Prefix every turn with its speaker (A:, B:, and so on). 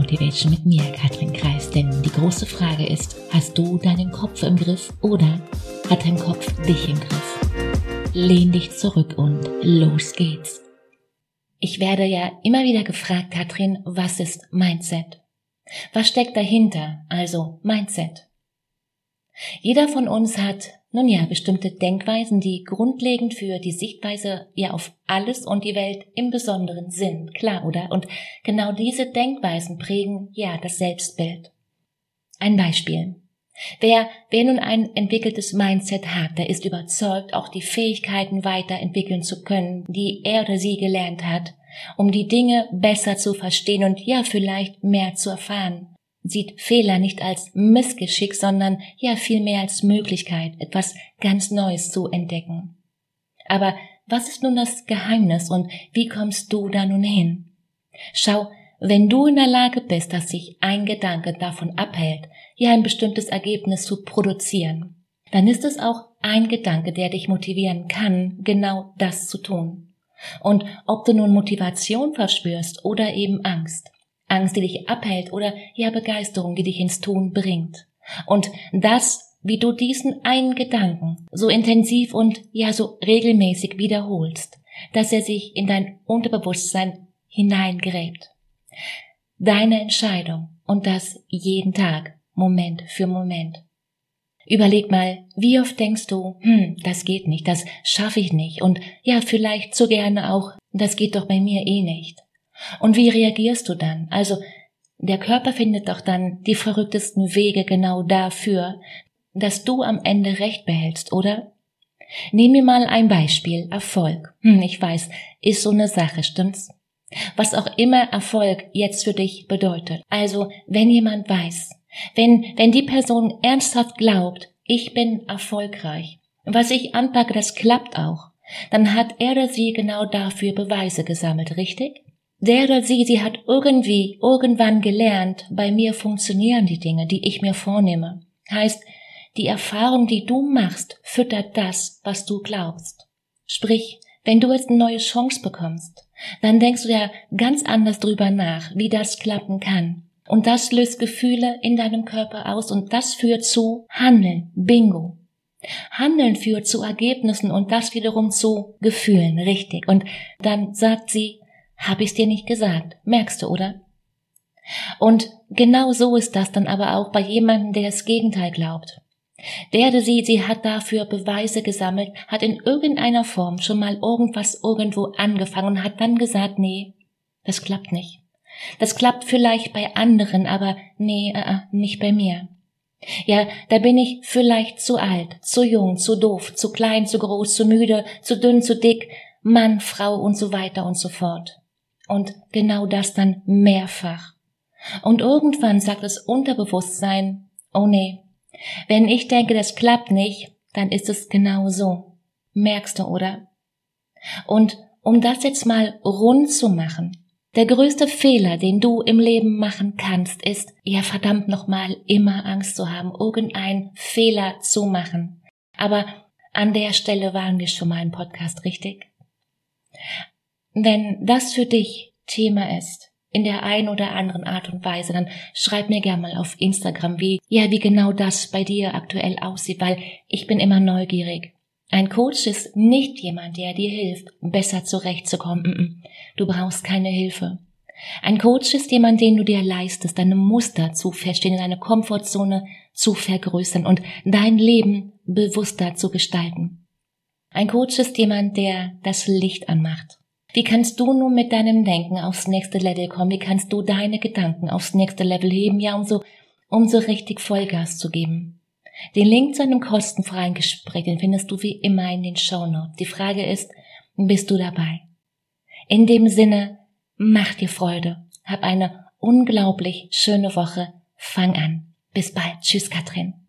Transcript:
A: Motivation mit mir, Katrin Kreis, denn die große Frage ist, hast du deinen Kopf im Griff oder hat dein Kopf dich im Griff? Lehn dich zurück und los geht's. Ich werde ja immer wieder gefragt, Katrin, was ist Mindset? Was steckt dahinter, also Mindset? Jeder von uns hat, bestimmte Denkweisen, die grundlegend für die Sichtweise auf alles und die Welt im Besonderen sind, klar, oder? Und genau diese Denkweisen prägen, das Selbstbild. Ein Beispiel. Wer nun ein entwickeltes Mindset hat, der ist überzeugt, auch die Fähigkeiten weiterentwickeln zu können, die er oder sie gelernt hat, um die Dinge besser zu verstehen und vielleicht mehr zu erfahren. Sieht Fehler nicht als Missgeschick, sondern vielmehr als Möglichkeit, etwas ganz Neues zu entdecken. Aber was ist nun das Geheimnis und wie kommst du da nun hin? Schau, wenn du in der Lage bist, dass sich ein Gedanke davon abhält, ein bestimmtes Ergebnis zu produzieren, dann ist es auch ein Gedanke, der dich motivieren kann, genau das zu tun. Und ob du nun Motivation verspürst oder eben Angst, die dich abhält oder Begeisterung, die dich ins Tun bringt. Und das, wie du diesen einen Gedanken so intensiv und so regelmäßig wiederholst, dass er sich in dein Unterbewusstsein hineingräbt. Deine Entscheidung und das jeden Tag, Moment für Moment. Überleg mal, wie oft denkst du, das geht nicht, das schaffe ich nicht und vielleicht so gerne auch, das geht doch bei mir eh nicht. Und wie reagierst du dann? Also, der Körper findet doch dann die verrücktesten Wege genau dafür, dass du am Ende Recht behältst, oder? Nehmen wir mal ein Beispiel, Erfolg. Ich weiß, ist so eine Sache, stimmt's? Was auch immer Erfolg jetzt für dich bedeutet. Also, wenn jemand weiß, wenn die Person ernsthaft glaubt, ich bin erfolgreich, was ich anpacke, das klappt auch, dann hat er oder sie genau dafür Beweise gesammelt, richtig? Der oder sie hat irgendwann gelernt, bei mir funktionieren die Dinge, die ich mir vornehme. Heißt, die Erfahrung, die du machst, füttert das, was du glaubst. Sprich, wenn du jetzt eine neue Chance bekommst, dann denkst du ja ganz anders drüber nach, wie das klappen kann. Und das löst Gefühle in deinem Körper aus und das führt zu Handeln, Bingo. Handeln führt zu Ergebnissen und das wiederum zu Gefühlen, richtig. Und dann sagt sie, hab ich's dir nicht gesagt, merkst du, oder? Und genau so ist das dann aber auch bei jemandem, der das Gegenteil glaubt. Der oder sie hat dafür Beweise gesammelt, hat in irgendeiner Form schon mal irgendwas irgendwo angefangen und hat dann gesagt, nee, das klappt nicht. Das klappt vielleicht bei anderen, aber nee, nicht bei mir. Da bin ich vielleicht zu alt, zu jung, zu doof, zu klein, zu groß, zu müde, zu dünn, zu dick, Mann, Frau und so weiter und so fort. Und genau das dann mehrfach. Und irgendwann sagt das Unterbewusstsein, oh nee, wenn ich denke, das klappt nicht, dann ist es genau so. Merkst du, oder? Und um das jetzt mal rund zu machen, der größte Fehler, den du im Leben machen kannst, ist, verdammt nochmal, immer Angst zu haben, irgendeinen Fehler zu machen. Aber an der Stelle waren wir schon mal im Podcast, richtig? Wenn das für dich Thema ist, in der einen oder anderen Art und Weise, dann schreib mir gerne mal auf Instagram, wie genau das bei dir aktuell aussieht, weil ich bin immer neugierig. Ein Coach ist nicht jemand, der dir hilft, besser zurechtzukommen. Du brauchst keine Hilfe. Ein Coach ist jemand, den du dir leistest, deine Muster zu verstehen, deine Komfortzone zu vergrößern und dein Leben bewusster zu gestalten. Ein Coach ist jemand, der das Licht anmacht. Wie kannst du nun mit deinem Denken aufs nächste Level kommen? Wie kannst du deine Gedanken aufs nächste Level heben? Um so richtig Vollgas zu geben. Den Link zu einem kostenfreien Gespräch, den findest du wie immer in den Shownotes. Die Frage ist, bist du dabei? In dem Sinne, mach dir Freude. Hab eine unglaublich schöne Woche. Fang an. Bis bald. Tschüss, Katrin.